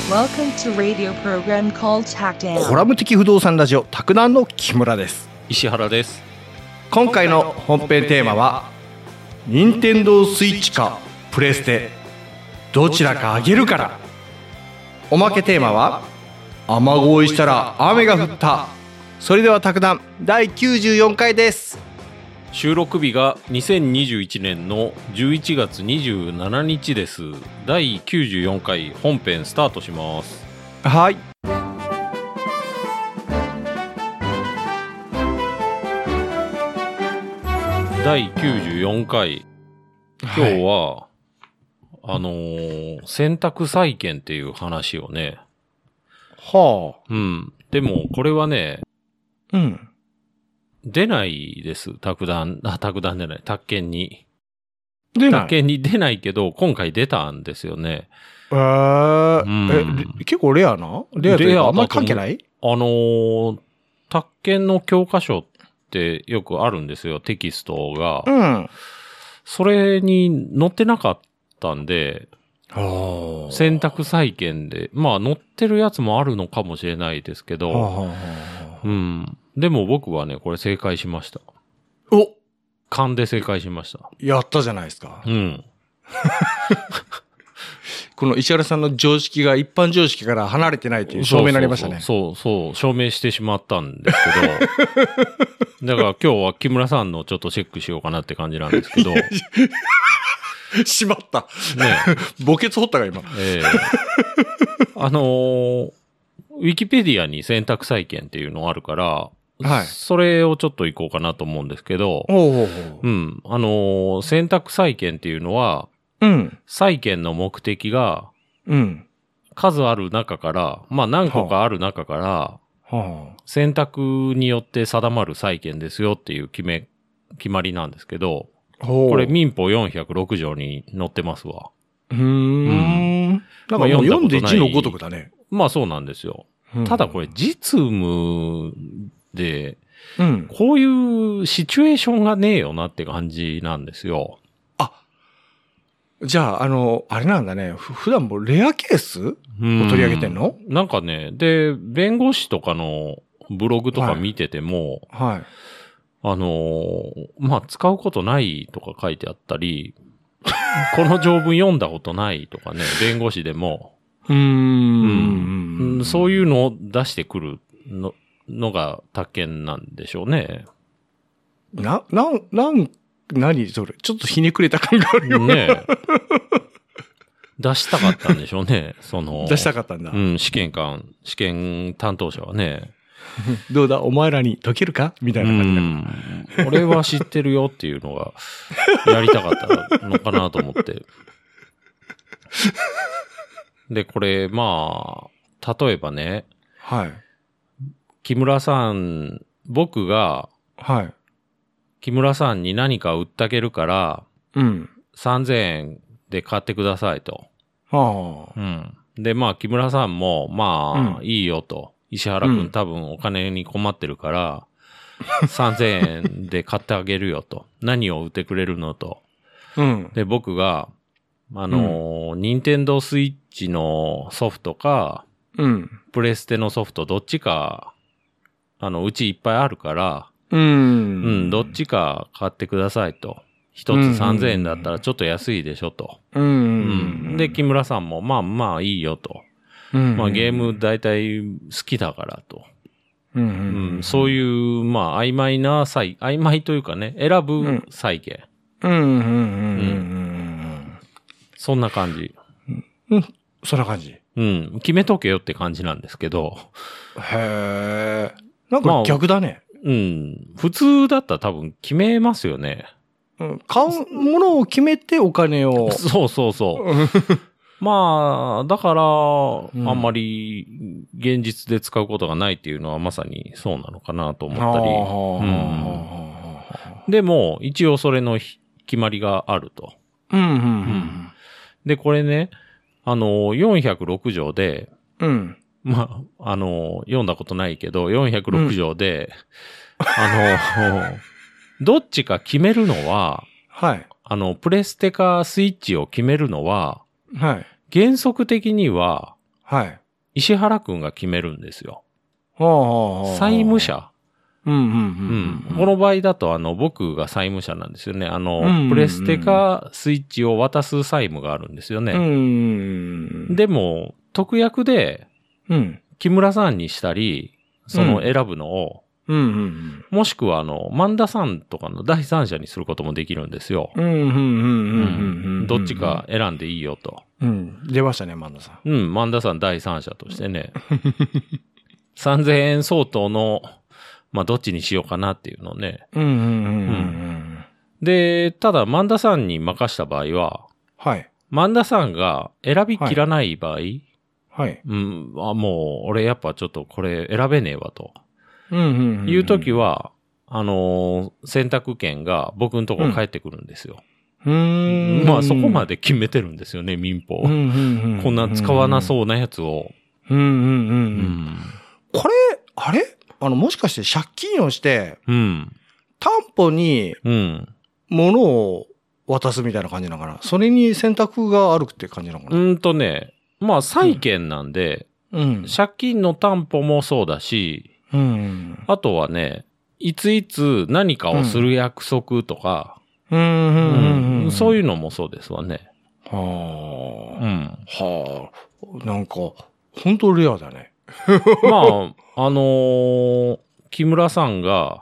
Welcome to radio program called TACDAN. コラム的不動産ラジオタクナンの木村です。 石原です。 今回の本編テーマは任天堂スイッチかプレステどちらかあげるから。おまけテーマは雨乞いしたら雨が降った。それではタクナン第94回です。 収録日が2021年の11月27日です。第94回本編スタートします。 はい。 第94回、今日は、選択債権っていう話をね。 はあ。 うん。でも、これはね、 うん。 出ないです。宅建に。宅建に出ないけど、今回出たんですよね。 結構レアな？レアというかあんまり関係ない？ 宅建の教科書ってよくあるんですよ、テキストが。 うん。 それに載ってなかったんで、選択債権で、まあ載ってるやつもあるのかもしれないですけど、うん。でも僕はね、これ正解しました。 お！ 勘で正解しました。 やったじゃないですか。 うん。 この石原さんの常識が一般常識から離れてないという証明になりましたね。 そう、証明してしまったんですけど。だから今日は木村さんのちょっとチェックしようかなって感じなんですけど。 しまった。 ね墓穴掘ったが今。 ウィキペディアに選択債権っていうのあるから、 はい。 それをちょっと行こうかなと思うんですけど、うん。選択債権っていうのは、 うん。 債権の目的が、 うん。 数ある中から、まあ何個かある中から、選択によって定まる債権ですよっていう決まりなんですけど、これ民法406条に載ってますわ。 なんかもう読んで字のごとくだね。 まあそうなんですよ。ただこれ実務で、こういうシチュエーションがねえよなって感じなんですよ。 じゃあ、あれなんだね。普段もレアケースを取り上げてんの？ なんかね、で、弁護士とかのブログとか見てても、 はい。 まあ、使うことないとか書いてあったり、この条文読んだことないとかね、弁護士でも、そういうのを出してくるのが宅建なんでしょうね。何それちょっとひねくれた感があるよね。 出したかったんでしょうね。 出したかったんだ。 試験担当者はね。 どうだお前らに解けるかみたいな感じで。俺は知ってるよっていうのが、やりたかったのかなと思って。で、これ、まあ、例えばね。 はい。 木村さん、僕が、 はい。 木村さんに何か売ってあげるから、3000円で買ってくださいと。で、まあ、木村さんも、まあ、いいよと。石原くん多分お金に困ってるから、3000円で買ってあげるよと。何を売ってくれるのと。で、僕が、任天堂スイッチのソフトか、プレステのソフトどっちか、うちいっぱいあるから、どっちか買ってくださいと。一つ3000円だったらちょっと安いでしょと。で、木村さんも、まあいいよと。まあゲーム大体好きだからと。そういう、まあ曖昧というかね、選ぶ債権。そんな感じ。 そんな感じ。 決めとけよって感じなんですけど。 へー。なんか逆だね。 普通だったら多分決めますよね。 買うものを決めてお金を。 そう。まあ、だから、あんまり現実で使うことがないっていうのはまさにそうなのかなと思ったり。でも、一応それの決まりがあると。で、これね、406条で、まあ、読んだことないけど、406条で、どっちか決めるのは、 はい。 プレステかスイッチを決めるのは、 はい。 原則的には、 はい。 石原くんが決めるんですよ。債務者。この場合だと、僕が債務者なんですよね。プレステかスイッチを渡す債務があるんですよね。でも、特約で、木村さんにしたり、その選ぶのを、もしくは萬田さんとかの第三者にすることもできるんですよ。どっちか選んでいいよと。 出ましたね、萬田さん。萬田さん第三者としてね。3000円相当の、まあ、どっちにしようかなっていうのね。で、ただ、萬田さんに任した場合は、 はい。 萬田さんが選びきらない場合、 はい。 もう、俺やっぱちょっとこれ選べねえわと。いうときは、選択権が僕のところ返ってくるんですよ。まあそこまで決めてるんですよね、民法。こんな使わなそうなやつを。これ、 あれもしかして借金をして、担保に、物を渡すみたいな感じなのかな。それに選択があるって感じなのかな。 まあ債権なんで、借金の担保もそうだし、あとはね、いついつ何かをする約束とか、そういうのもそうですわね。 なんか、本当レアだね。 まあ、木村さんが、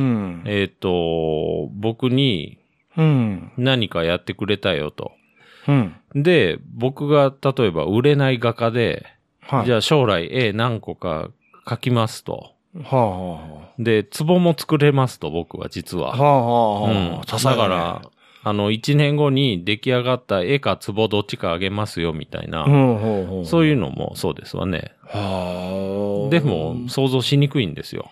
僕に、何かやってくれたよと。で、僕が例えば売れない画家で、じゃあ将来絵何個か描きますと。で、壺も作れますと、僕は実は。だから、1年後に出来上がった絵か壺どっちかあげますよ、みたいな。そういうのもそうですわね。でも、想像しにくいんですよ。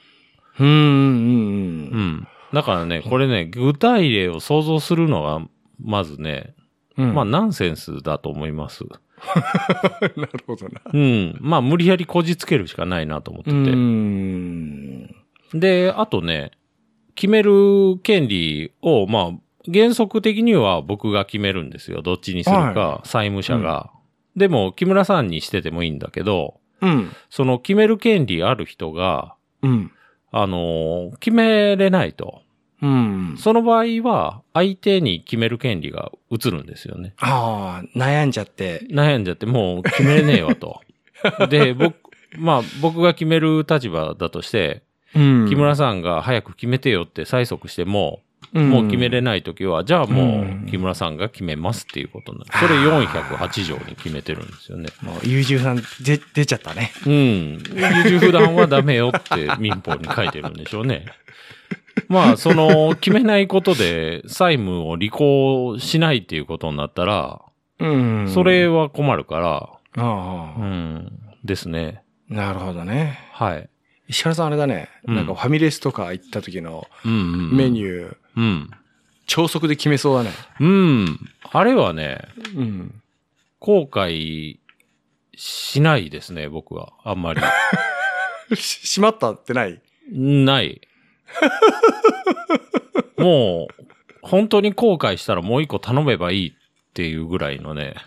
だからね、これね、具体例を想像するのが、まずね、まあ、ナンセンスだと思います。 なるほどな。 まあ、無理やりこじつけるしかないなと思ってて。で、あとね、決める権利を、まあ、原則的には僕が決めるんですよ。どっちにするか、債務者が。でも、木村さんにしててもいいんだけど、その決める権利ある人が、決めれないと。その場合は、相手に決める権利が移るんですよね。 悩んじゃって、 もう決めれねえわと。で、僕が決める立場だとして、木村さんが早く決めてよって催促しても、もう決めれないときは、じゃあもう木村さんが決めますっていうことになる。それ408条に決めてるんですよね。 もう優柔不断出ちゃったね。 優柔不断はダメよって民法に書いてるんでしょうね。まあ、決めないことで債務を履行しないっていうことになったら、それは困るから、ですね。 なるほどね。 はい。 石原さんあれだね。なんかファミレスとか行った時のメニュー、超速で決めそうだね。 あれはね、後悔しないですね、僕は。あんまり。 しまったってない？ ない。もう、本当に後悔したらもう一個頼めばいいっていうぐらいのね。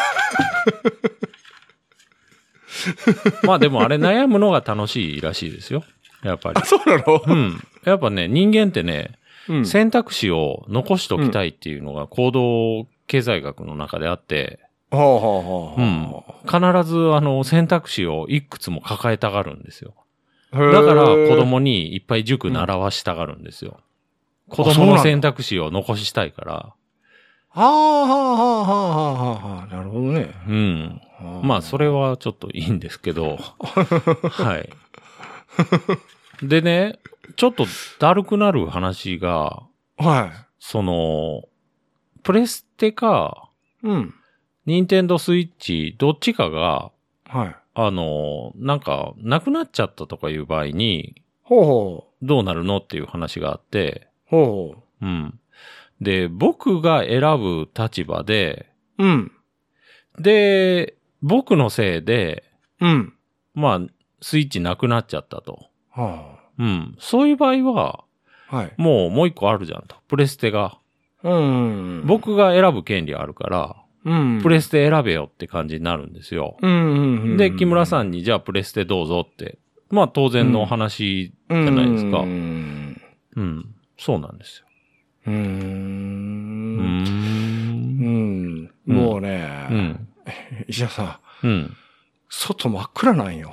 まあでもあれ悩むのが楽しいらしいですよ。やっぱり。 そうなの？ やっぱね、人間ってね、選択肢を残しときたいっていうのが行動経済学の中であって、必ず選択肢をいくつも抱えたがるんですよ。だから子供にいっぱい塾習わしたがるんですよ。子供の選択肢を残したいから。 なるほどね。 まあ、それはちょっといいんですけど。はい。でね、ちょっとだるくなる話が、プレステか、ニンテンドースイッチ、どっちかが、なんか、なくなっちゃったとかいう場合に、どうなるのっていう話があって、で、僕が選ぶ立場で、で、僕のせいで、まあ、スイッチなくなっちゃったと。そういう場合は、もう一個あるじゃんと。プレステが。僕が選ぶ権利あるから、 プレステ選べよって感じになるんですよ。で、木村さんにじゃあプレステどうぞって、まあ当然の話じゃないですか。そうなんですよ。 もうね、石田さん、外真っ暗なんよ。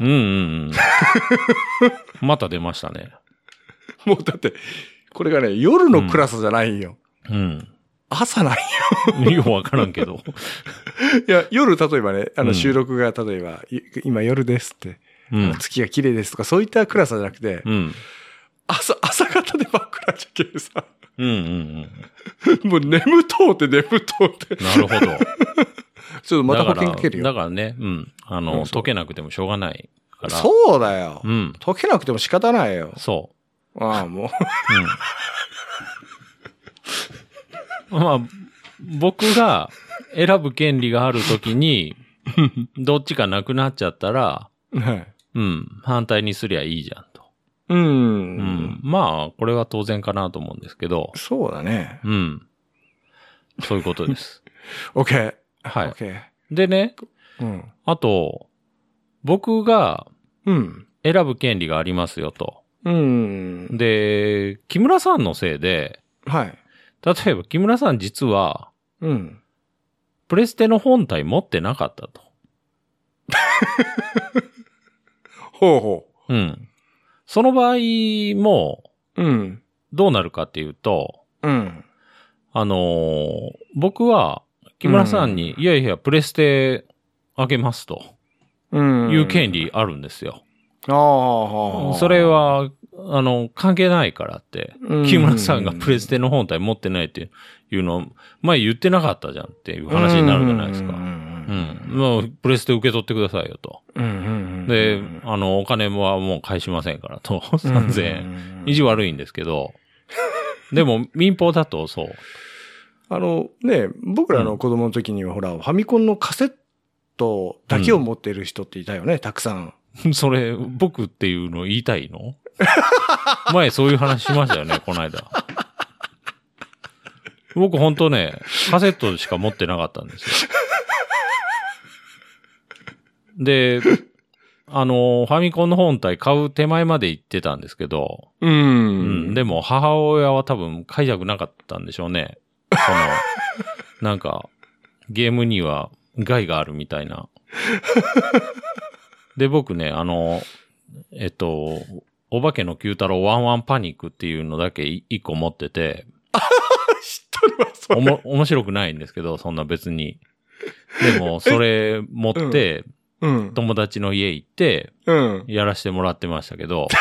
また出ましたね。 もうだって、これがね、夜の暗さじゃないんよ。朝なんよ。 よくわからんけど。 いや、夜、例えばね、収録が、例えば、今夜ですって、月が綺麗ですとか、そういった暗さじゃなくて、朝方で真っ暗じゃけさ。もう眠とうって。なるほど。 ちょっとまた保険かけるよ。 だからね、解けなくてもしょうがないから。 そうだよ。解けなくても仕方ないよ。 そう。 ああ、もう。まあ、僕が選ぶ権利があるときに、どっちかなくなっちゃったら、反対にすりゃいいじゃんと。まあ、これは当然かなと思うんですけど。 そうだね。 そういうことです。 OK。 はい。でね、あと、僕が選ぶ権利がありますよと。で、木村さんのせいで、例えば木村さん実は、プレステの本体持ってなかったと。 ほう。 その場合も、どうなるかっていうと、僕は木村さんに、いやいや、プレステあげますと、いう権利あるんですよ。それは、関係ないからって、木村さんがプレステの本体持ってないっていうのを、前言ってなかったじゃんっていう話になるじゃないですか。もう、プレステ受け取ってくださいよと。で、お金はもう返しませんからと、3000円。意地悪いんですけど、でも民放だとそう。 ね、僕らの子供の時にはほら、ファミコンのカセットだけを持ってる人っていたよね、たくさん。 それ、僕っていうの言いたいの？前そういう話しましたよね、この間。僕ほんとね、カセットしか持ってなかったんですよ。で、ファミコンの本体買う手前まで行ってたんですけど、でも母親は多分買いたくなかったんでしょうね。なんか、ゲームには害があるみたいな。で、僕ね、お化けの九太郎ワンワンパニックっていうのだけ一個持ってて。 知っとるわ、それ。 面白くないんですけど、そんな別に。でも、それ持って、友達の家行って、やらせてもらってましたけど。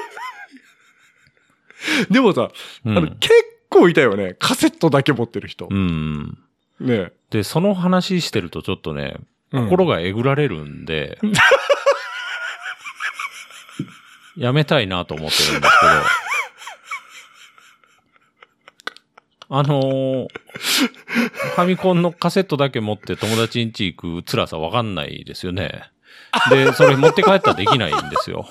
でもさ、結構いたよね。カセットだけ持ってる人。ね。 で、その話してるとちょっとね、心がえぐられるんで、やめたいなと思ってるんですけど、ファミコンのカセットだけ持って友達ん家行く辛さわかんないですよね。で、それ持って帰ったらできないんですよ。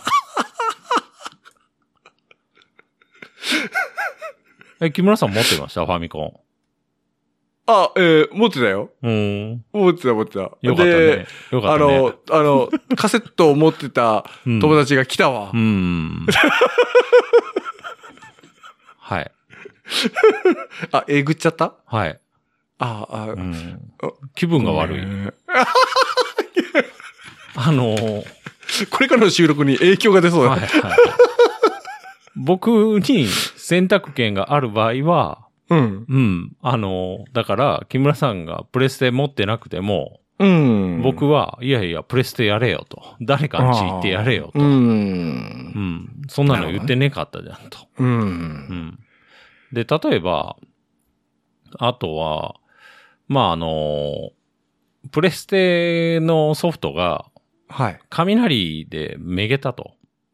木村さん持ってました？ファミコン。 あ、持ってたよ。持ってた。 よかったね。よかったね。 カセットを持ってた友達が来たわ。 はい。 あ、えぐっちゃった？ はい。気分が悪い。 これからの収録に影響が出そうだ。 僕に選択権がある場合は、だから、木村さんがプレステ持ってなくても、僕は、いやいや、プレステやれよと。誰かんち行ってやれよと。そんなの言ってねかったじゃんと。で、例えば、あとは、プレステのソフトが、雷でめげたと。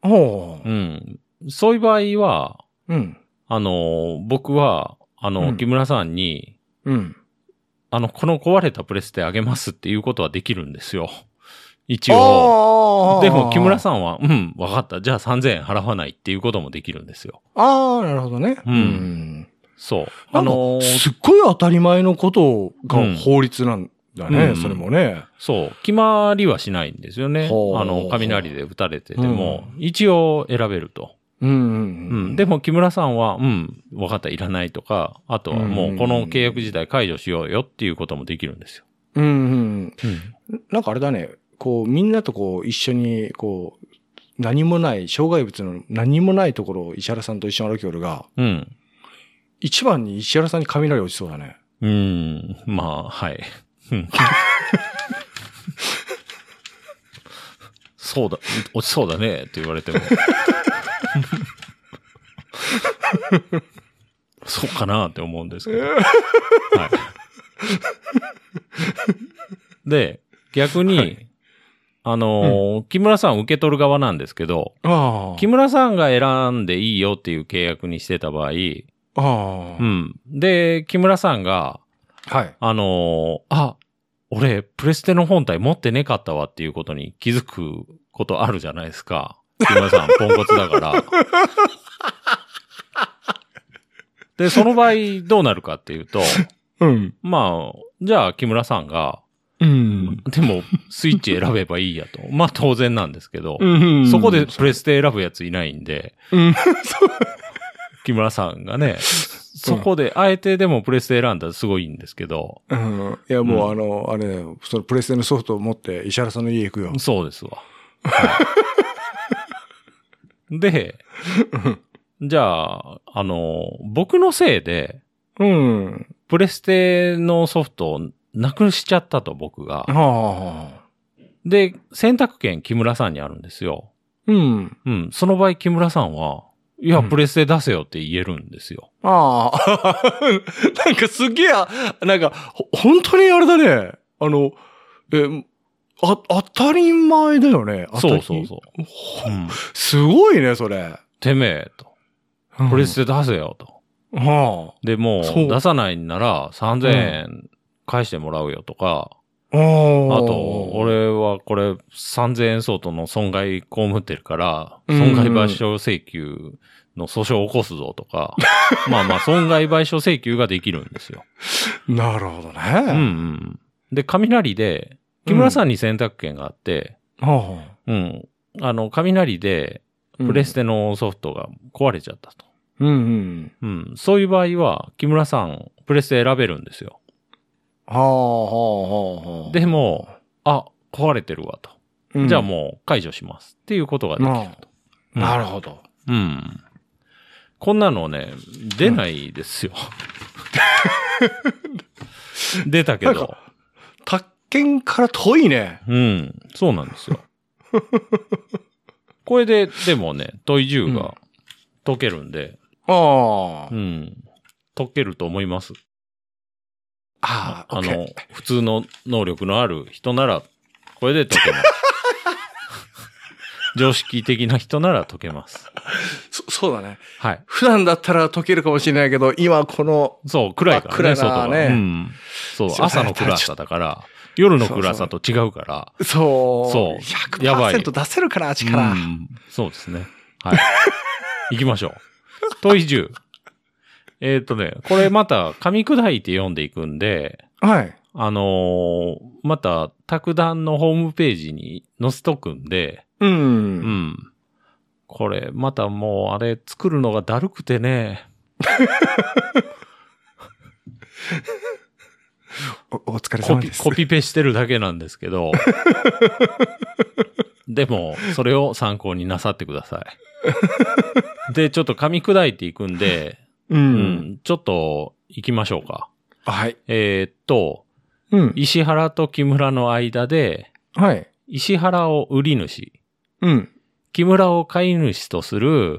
そういう場合は、僕は、木村さんに、この壊れたプレステあげますっていうことはできるんですよ。一応。でも、木村さんは、わかった。じゃあ3000円払わないっていうこともできるんですよ。 なるほどね。 そう。 すっごい当たり前のことが法律なんだね、それもね。 そう。決まりはしないんですよね。雷で打たれてても、一応選べると。でも木村さんは、わかった、いらないとか、あとはもうこの契約自体解除しようよっていうこともできるんですよ。 なんかあれだね、こう、みんなとこう、一緒に、こう、何もない、障害物の何もないところを石原さんと一緒に歩きおるが、一番に石原さんに雷落ちそうだね。 まあ、はい。そうだ、落ちそうだねって言われても。そうかなって思うんですけど。はい。で、逆に、木村さん受け取る側なんですけど、木村さんが選んでいいよっていう契約にしてた場合、で、木村さんが、俺、プレステの本体持ってねかったわっていうことに気づくことあるじゃないですか。木村さん、ポンコツだから。で、その場合どうなるかっていうと、まあ、じゃあ木村さんが、でも、スイッチ選べばいいやと。まあ当然なんですけど、そこでプレステ選ぶやついないんで、木村さんがね、そこで、あえてでもプレステ選んだらすごいんですけど。 いや、もうあれだよ、そのプレステのソフトを持って石原さんの家行くよ。 そうですわ。で、じゃあ、僕のせいで、プレステのソフトをなくしちゃったと、僕が。で、選択権木村さんにあるんですよ。その場合木村さんは、いや、プレステ出せよって言えるんですよ。 なんかすげえ、なんか、本当にあれだね。当たり前だよね。 そう。 すごいね、それ。 てめえと。プレステ出せよと。で、もう出さないんなら3000円返してもらうよとか、あと、俺はこれ3000円相当の損害被ってるから、損害賠償請求の訴訟を起こすぞとか、まあ損害賠償請求ができるんですよ。 なるほどね。 で、雷で、木村さんに選択権があって、雷で、プレステのソフトが壊れちゃったと。そういう場合は、木村さん、プレステ選べるんですよ。でも、壊れてるわと。じゃあもう解除しますっていうことができると。 なるほど。 こんなのね、出ないですよ。出たけど。 宅建から遠いね。 そうなんですよ。これで、でもね、問い10が解けるんで。解けると思います。普通の能力のある人なら、これで解けます。常識的な人なら解けます。 そうだね。 はい。 普段だったら解けるかもしれないけど、今この。 そう、暗いからね、外がね。そう、朝の暗さだから、夜の暗さと違うから。 そう。100% 出せるから、力。 そうですね。はい。行きましょう。問い10。これまた噛み砕いて読んでいくんで、 はい。 また、卓談のホームページに載せとくんで、これ、またもう、あれ、作るのがだるくてね。 お疲れ様です。 コピペしてるだけなんですけど、でも、それを参考になさってください。で、ちょっと噛み砕いていくんで、ちょっと行きましょうか。 はい。 石原と木村の間で、石原を売り主、木村を買い主とする、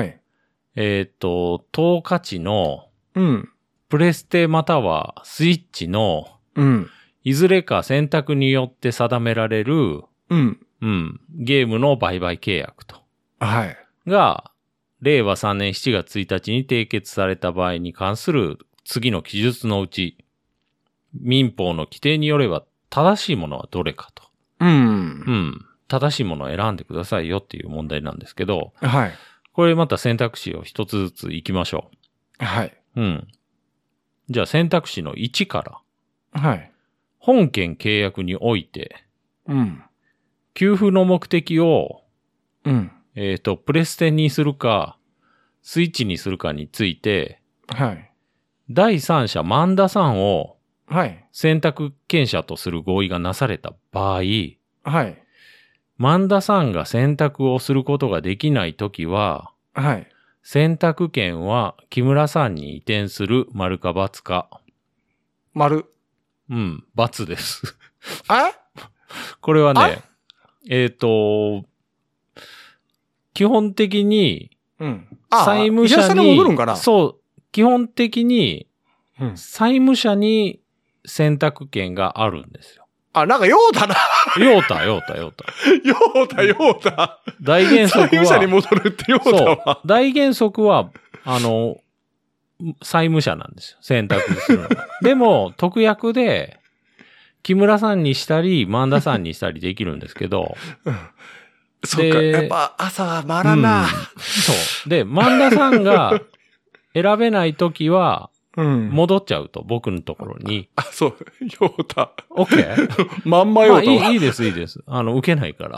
等価値の、プレステまたはスイッチの、いずれか選択によって定められる、ゲームの売買契約と。が、令和3年7月1日に締結された場合に関する次の記述のうち、民法の規定によれば正しいものはどれかと。正しいものを選んでくださいよっていう問題なんですけど、これまた選択肢を一つずつ行きましょう。じゃあ選択肢の1から。 本件契約において、 うん。 給付の目的を、 うん。 プレステにするか、スイッチにするかについて、 はい。 第三者万田さんを、 はい。 選択権者とする合意がなされた場合、はい。万田さんが選択をすることができないときは、 はい。 選択権は木村さんに移転する丸か×か。 丸。 うん、×です。 あこれはね、基本的に、 うん。 債務者に、 に戻るんかな？ そう、基本的に、 うん、 債務者に選択権があるんですよ。 なんか用だな。 用た。 用だ。 大原則は、 債務者に戻るって用だわ。 そう。大原則は、債務者なんですよ。選択するのが。でも、特約で、木村さんにしたり、万田さんにしたりできるんですけど、 そうか、やっぱ朝は回らんな、 そう。で、万田さんが選べないときは、戻っちゃうと、僕のところに。 そう、ようた。 OK？ まんまようた。 いいです。受けないから。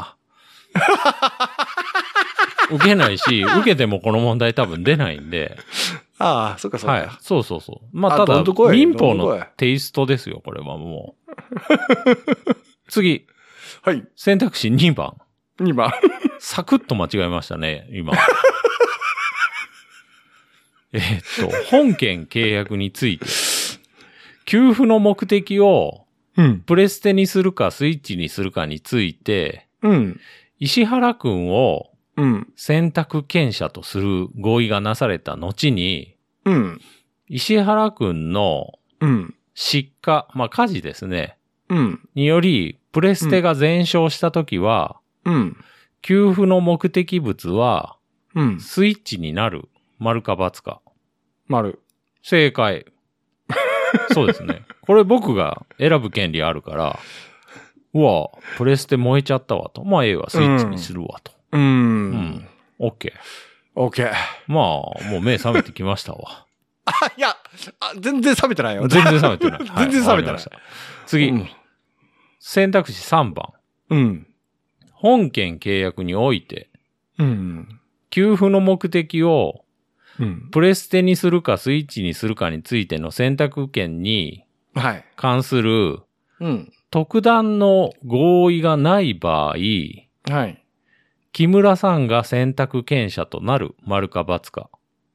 受けないし、受けてもこの問題多分出ないんで。 そうか。はい。 そう。ただ、民法のテイストですよ、これはもう。次。 はい。 選択肢2番。 2番。 サクッと間違えましたね、今。本件契約について、給付の目的を、プレステにするかスイッチにするかについて、石原くんを、選択権者とする合意がなされた後に、石原くんの、失火、火事ですね。により、プレステが全焼したときは、給付の目的物は、スイッチになる。丸か×か。 丸。 正解。そうですね。これ僕が選ぶ権利あるから、プレステ燃えちゃったわと。A はスイッチにするわと。OK。もう目覚めてきましたわ。 いや、全然覚めてないよ。 全然覚めてない。 全然覚めてない。 次。選択肢3番。本件契約において、給付の目的を、プレステにするかスイッチにするかについての選択権に関する、特段の合意がない場合、木村さんが選択権者となる丸か×か。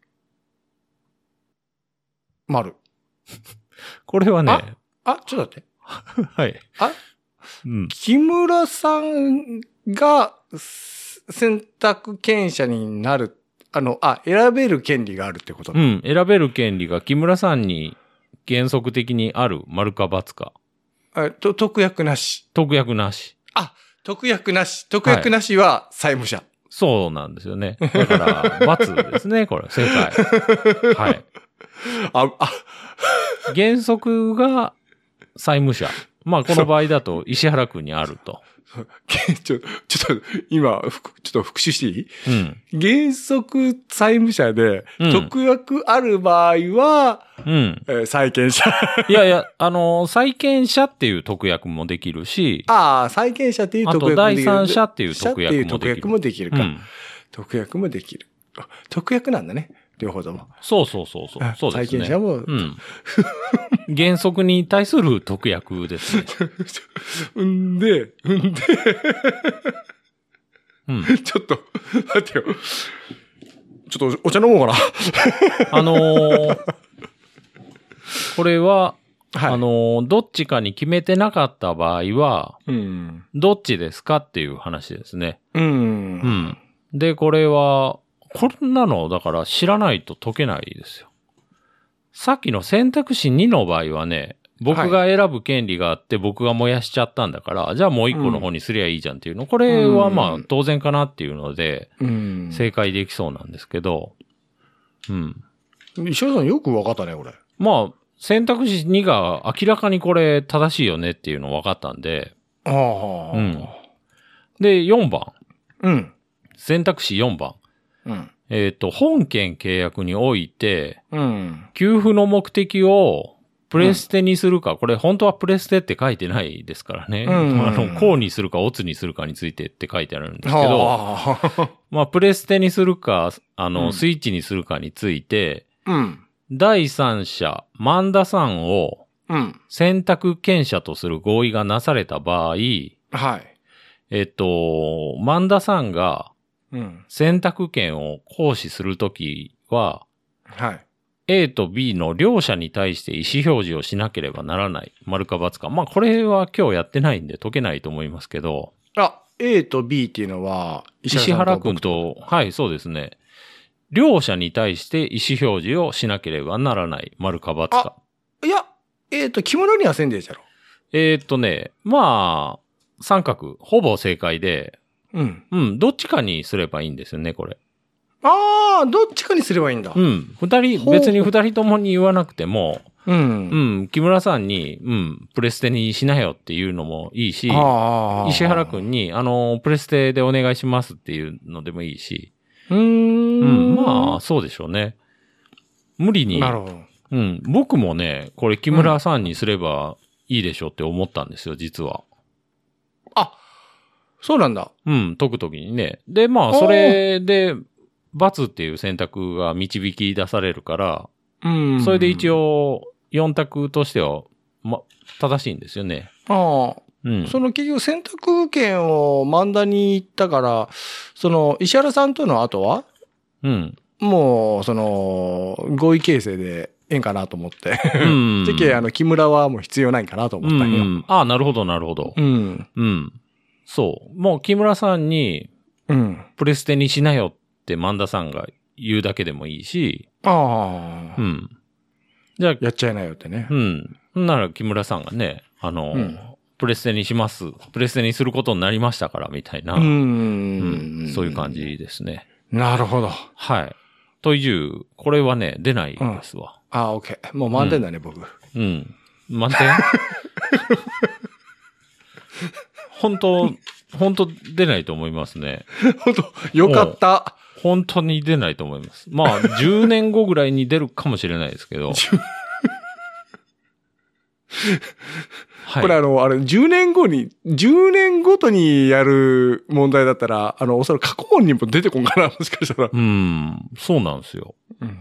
丸。これはね。 ちょっと待って。 はい。 木村さんが選択権者になる、選べる権利があるってこと？ 選べる権利が木村さんに原則的にある丸か×か。 特約なし。 特約なし。 特約なし。特約なしは債務者。 そうなんですよね。だから、×ですね、これ。正解。はい。原則が債務者。この場合だと石原くんにあると。 ちょっと、今、ちょっと復習していい？原則債務者で、特約ある場合は、債権者。 いや、債権者っていう特約もできるし、 債権者っていう特約もできる。あと第三者っていう特約もできるか。特約もできる。特約なんだね。両方とも。 そうですね。 債権者も。 原則に対する特約ですね。 で、ちょっと、待ってよ。ちょっとお茶飲もうかな。 これは、どっちかに決めてなかった場合は、どっちですかっていう話ですね。で、これは、こんなの、だから知らないと解けないですよ。さっきの選択肢2の場合はね、僕が選ぶ権利があって僕が燃やしちゃったんだから、じゃあもう一個の方にすりゃいいじゃんっていうの。これは当然かなっていうので、正解できそうなんですけど。 石原さんよく分かったね、これ。 選択肢2が明らかにこれ正しいよねっていうの分かったんで。で、4番。選択肢4番。本件契約において、給付の目的をプレステにするか、これ本当はプレステって書いてないですからね。こうにするか、オツにするかについてって書いてあるんですけど、まあ、プレステにするか、スイッチにするかについて、第三者、萬田さんを、選択権者とする合意がなされた場合、萬田さんが、選択権を行使するときは、A と B の両者に対して意思表示をしなければならない。丸か×か。まあ、これは今日やってないんで解けないと思いますけど。 A と B っていうのは、 石原くんと、はい、そうですね。両者に対して意思表示をしなければならない。丸か×か。 いや、着物にはせんでいいじゃろ。 まあ、三角、ほぼ正解で、どっちかにすればいいんですよね、これ。 どっちかにすればいいんだ。 別に二人ともに言わなくても、木村さんに、プレステにしなよっていうのもいいし、石原くんに、プレステでお願いしますっていうのでもいいし、まあ、そうでしょうね。無理に。 なるほど。 僕もね、これ木村さんにすればいいでしょって思ったんですよ、実は。 そうなんだ。 解くときにね。で、まあ、それで、×っていう選択が導き出されるから、それで一応、4択としては、正しいんですよね。 その結局選択権を萬田に行ったから、その、石原さんとの後はもう、その、合意形成でええんかなと思って。木村はもう必要ないかなと思ったんよ。 なるほど、なるほど。そう。もう木村さんに、プレステにしなよって萬田さんが言うだけでもいいし、じゃあ、 やっちゃいなよってね。 なら木村さんがね、プレステにします。プレステにすることになりましたから、みたいな。そういう感じですね。 なるほど。 はい。という、これはね、出ないですわ。 OK。もう満点だね、僕。 満点本当出ないと思いますね。 よかった。 本当に出ないと思います。まあ、10年後ぐらいに出るかもしれないですけど。 これ10年後に、10年ごとにやる問題だったら、おそらく過去問にも出てこんかな、もしかしたら。 そうなんですよ。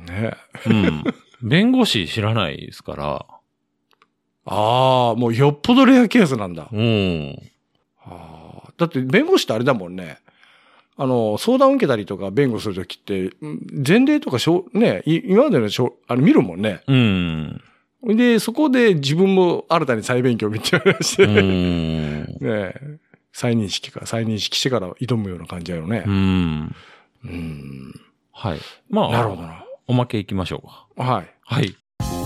弁護士知らないですから。 もうよっぽどレアケースなんだ。だって弁護士ってあれだもんね。相談を受けたりとか弁護するときって、前例とかね、今までの見るもんね。で、そこで自分も新たに再勉強みたいなして、ね、再認識してから挑むような感じやよね。 はい。まあ、 なるほどな。 おまけいきましょうか。 はい。 はい。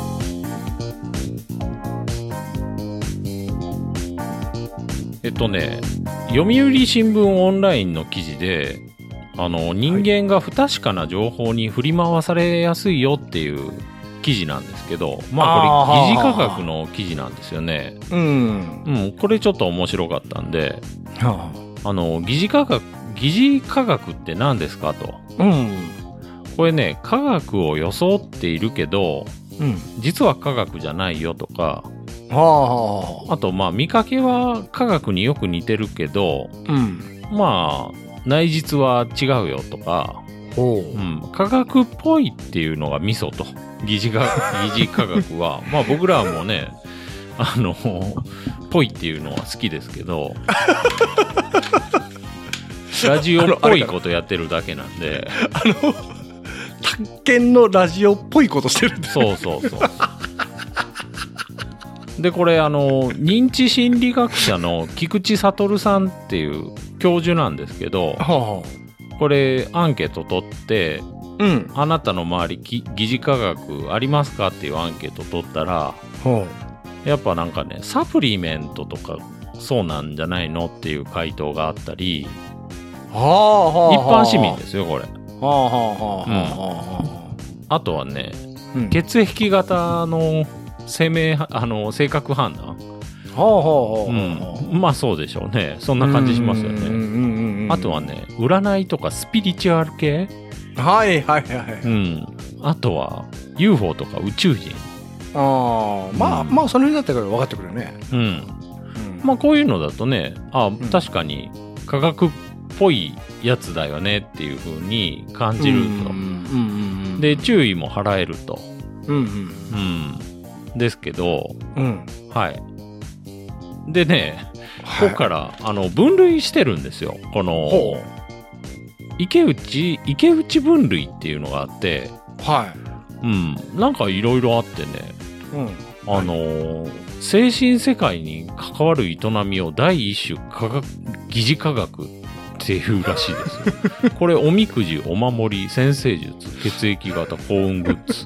読売新聞オンラインの記事で、人間が不確かな情報に振り回されやすいよっていう記事なんですけど、まあこれ疑似科学の記事なんですよね。これちょっと面白かったんで、疑似科学って何ですかと。これね、科学を装っているけど、実は科学じゃないよとか、あとまあ見かけは科学によく似てるけど、まあ内実は違うよとか、科学っぽいっていうのがミソと。疑似科学はまあ僕らもねぽいっていうのは好きですけどラジオっぽいことやってるだけなんで宅建のラジオっぽいことしてるんでそうでこれ認知心理学者の菊池悟さんっていう教授なんですけど、これアンケート取って、あなたの周り疑似科学ありますかっていうアンケート取ったら、やっぱなんかねサプリメントとかそうなんじゃないのっていう回答があったり、一般市民ですよこれ。あとはね、血液型の性格判断、まあそうでしょうね。そんな感じしますよね。あとはね占いとかスピリチュアル系、あとは UFO とか宇宙人、 まあその辺だったから分かってくるよね。 まあこういうのだとね、確かに科学っぽいやつだよねっていう風に感じると。で注意も払えると。ですけど、はい。でね、ここから分類してるんですよ。この池内分類っていうのがあって、なんかいろいろあってね、精神世界に関わる営みを第一種疑似科学っていうらしいですよ。これおみくじ、お守り、占星術、血液型、幸運グッズ。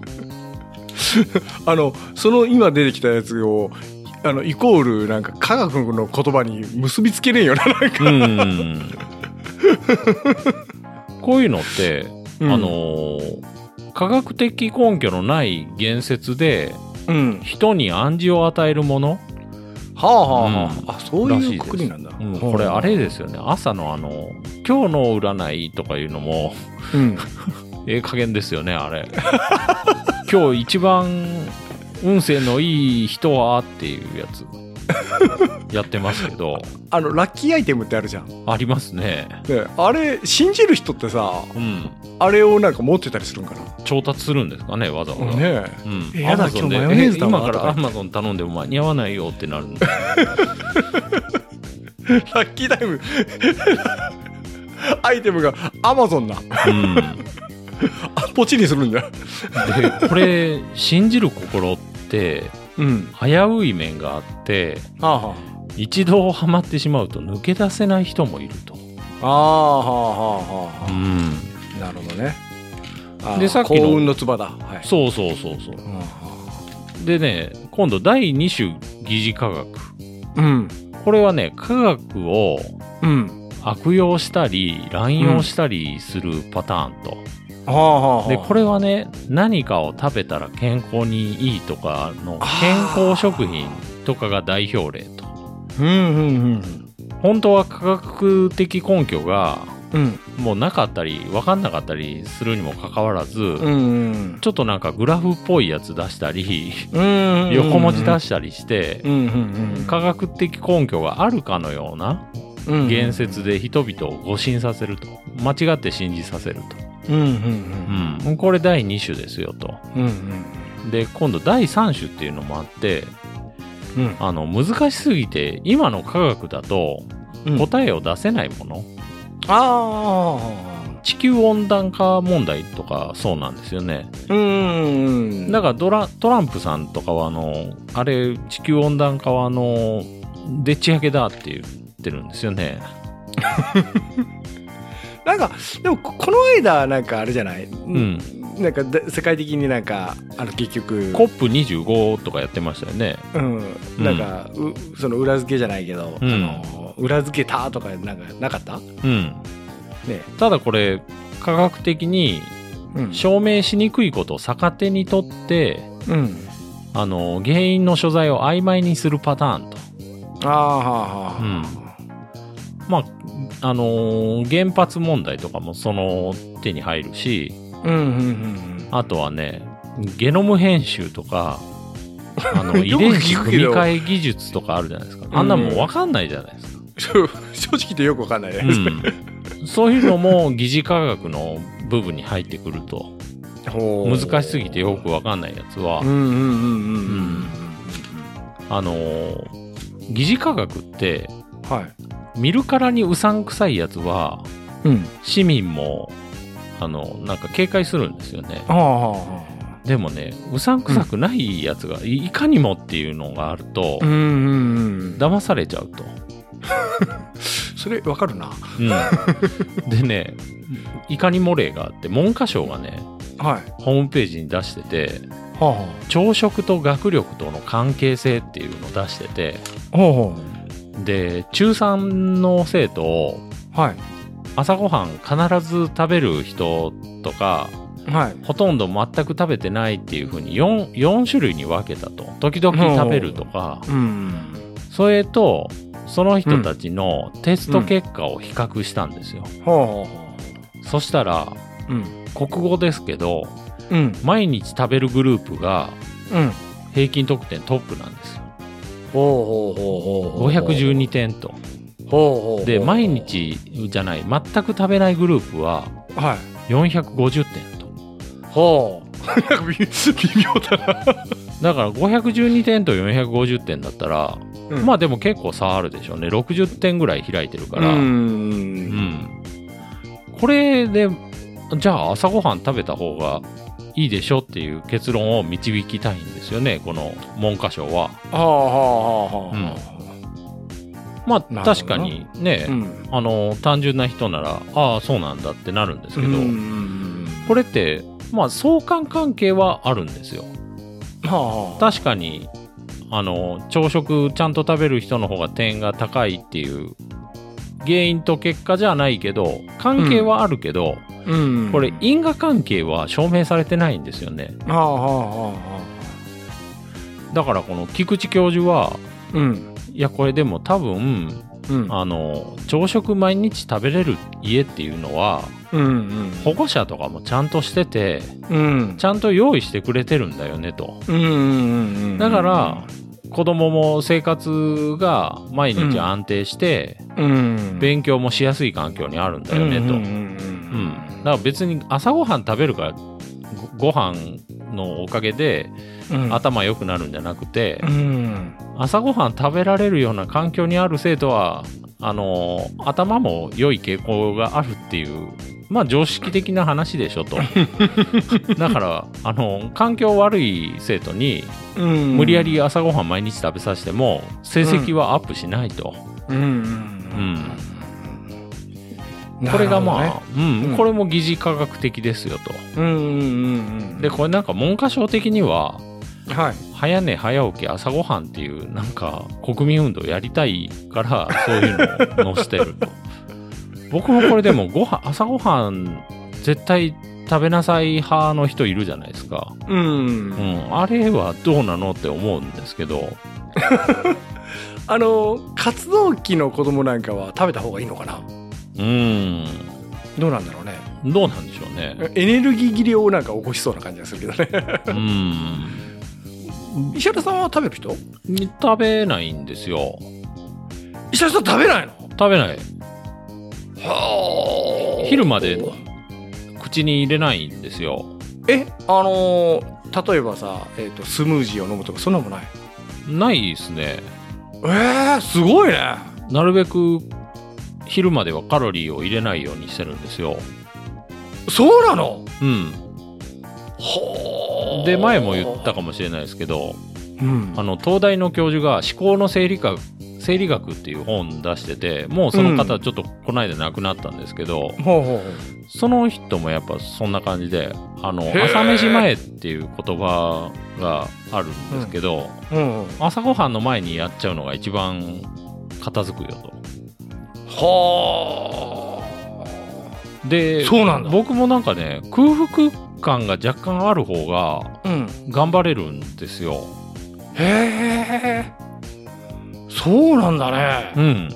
その今出てきたやつをイコールなんか科学の言葉に結びつけれんよな、なんか。 こういうのって、科学的根拠のない言説で、人に暗示を与えるもの、 そういうくくりなんだ。 これあれですよね。朝の今日の占いとかいうのも、加減ですよね、あれ。今日一番運勢のいい人はっていうやつやってますけど、 ラッキーアイテムってあるじゃん。 ありますね。 あれ信じる人ってさ、あれをなんか持ってたりするんかな。 調達するんだね、わざわざ。 やだ、今日マヨネーズだわ。 今からアマゾン頼んでも間に合わないよってなるんだ。 ラッキータイムアイテムがアマゾンだ。ポチにするんだよ。 でこれ信じる心って危うい面があって、一度ハマってしまうと抜け出せない人もいると。 なるほどね。 でさっきの幸運の唾だ。 そう。でね、今度第2種疑似科学。これはね、科学を悪用したり乱用したりするパターンと。でこれはね、何かを食べたら健康にいいとかの健康食品とかが代表例と。本当は科学的根拠がもうなかったり分かんなかったりするにもかかわらず、ちょっとなんかグラフっぽいやつ出したり横文字出したりして科学的根拠があるかのような言説で人々を誤信させると、間違って信じさせると。これ第2種ですよと。で今度第3種っていうのもあって、難しすぎて今の科学だと答えを出せないもの、地球温暖化問題とかそうなんですよね。だからトランプさんとかはあれ地球温暖化はでっち上げだって言ってるんですよね。 なんかでもこの間なんかあれじゃない、なんか世界的になんか結局 COP25 とかやってましたよね。 なんかその裏付けじゃないけど、裏付けたとかなんかなかった？ ただこれ科学的に証明しにくいことを逆手にとって、原因の所在を曖昧にするパターンと。まあ原発問題とかもその手に入るし、あとはねゲノム編集とか遺伝子組み換え技術とかあるじゃないですか。あんなもん分かんないじゃないですか。 正直言ってよく分かんないね。 そういうのも疑似科学の部分に入ってくると。難しすぎてよく分かんないやつは疑似科学って、見るからにうさんくさいやつは、市民もなんか警戒するんですよね。でもね、うさんくさくないやつが、いかにもっていうのがあると、騙されちゃうと。 それわかるな。 でね、いかにも例があって、文科省がね、ホームページに出してて、朝食と学力との関係性っていうのを出してて、で中3の生徒を、朝ごはん必ず食べる人とか、ほとんど全く食べてないっていう風に 4種類に分けたと。時々食べるとか、それとその人たちのテスト結果を比較したんですよ。そしたら、国語ですけど、毎日食べるグループが、 平均得点トップなんですよ。 ほうほうほうほう。 512点と。 ほうほうほう。 で、毎日じゃない、全く食べないグループは、450点と。 ほう。微妙だな。 だから512点と450点だったら、まあでも結構差あるでしょうね。60点ぐらい開いてるから。これで、じゃあ朝ごはん食べた方がいいでしょっていう結論を導きたいんですよね、この文科省は。まあ確かにね、単純な人なら、ああそうなんだってなるんですけど、これって、まあ相関関係はあるんですよ。確かに、朝食ちゃんと食べる人の方が点が高いっていう原因と結果じゃないけど、関係はあるけど、これ因果関係は証明されてないんですよね。だからこの菊池教授は、いやこれでも多分、朝食毎日食べれる家っていうのは、保護者とかもちゃんとしてて、ちゃんと用意してくれてるんだよねと。だから子供も生活が毎日安定して、勉強もしやすい環境にあるんだよねと。だから別に朝ごはん食べるからご飯のおかげで、頭良くなるんじゃなくて、朝ごはん食べられるような環境にある生徒は頭も良い傾向があるっていう、まあ常識的な話でしょと。だから環境悪い生徒に無理やり朝ごはん毎日食べさせても成績はアップしないと。これがまあ、これも疑似科学的ですよと。でこれなんか文科省的には、早寝早起き朝ごはんっていうなんか国民運動やりたいからそういうのを載せてると。僕もこれでも朝ごはん絶対食べなさい派の人いるじゃないですか。あれはどうなのって思うんですけど。 活動期の子供なんかは食べた方がいいのかな。どうなんだろうね。 どうなんでしょうね。 エネルギー切れをなんか起こしそうな感じがするけどね。石原さんは食べる人？ 食べないんですよ。 石原さん食べないの？ 食べない。昼まで口に入れないんですよ。 例えばさ、スムージーを飲むとかそんなもない？ ないですね。 すごいね。 なるべく昼まではカロリーを入れないようにしてるんですよ。 そうなの？ で前も言ったかもしれないですけど、東大の教授が思考の生理学っていう本出してて、もうその方ちょっとこの間亡くなったんですけど、その人もやっぱそんな感じで、朝飯前っていう言葉があるんですけど、朝ごはんの前にやっちゃうのが一番片付くよと。で、そうなんだ。僕もなんかね、空腹感が若干ある方が頑張れるんですよ。 そうなんだね。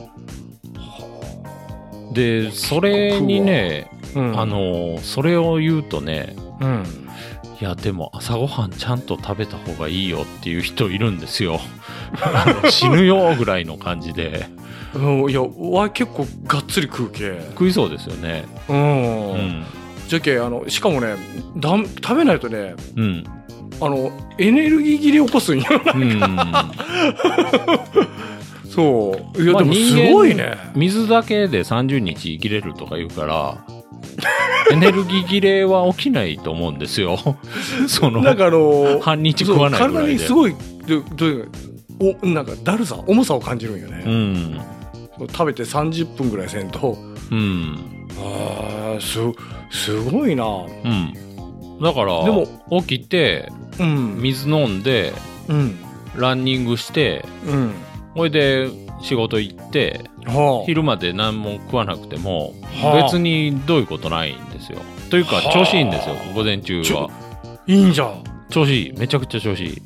でそれにね、それを言うとね、いやでも朝ごはんちゃんと食べた方がいいよっていう人いるんですよ。死ぬよぐらいの感じで。 いや結構がっつり食いそうですよね。 じゃけしかもね食べないとね、エネルギー切れ起こすんよ。そう。いや、でもすごいね。 水だけで30日生きれるとか言うからエネルギー切れは起きないと思うんですよ。 なんか半日食わないぐらいで体にすごいなんかだるさ重さを感じるんよね。食べて30分ぐらいせんと。すごいな。 だからでも起きて、水飲んで、ランニングして、それで仕事行って、昼まで何も食わなくても、別にどういうことないんですよ。というか調子いいんですよ、午前中は。 いいんじゃん。 調子いい。めちゃくちゃ調子いい。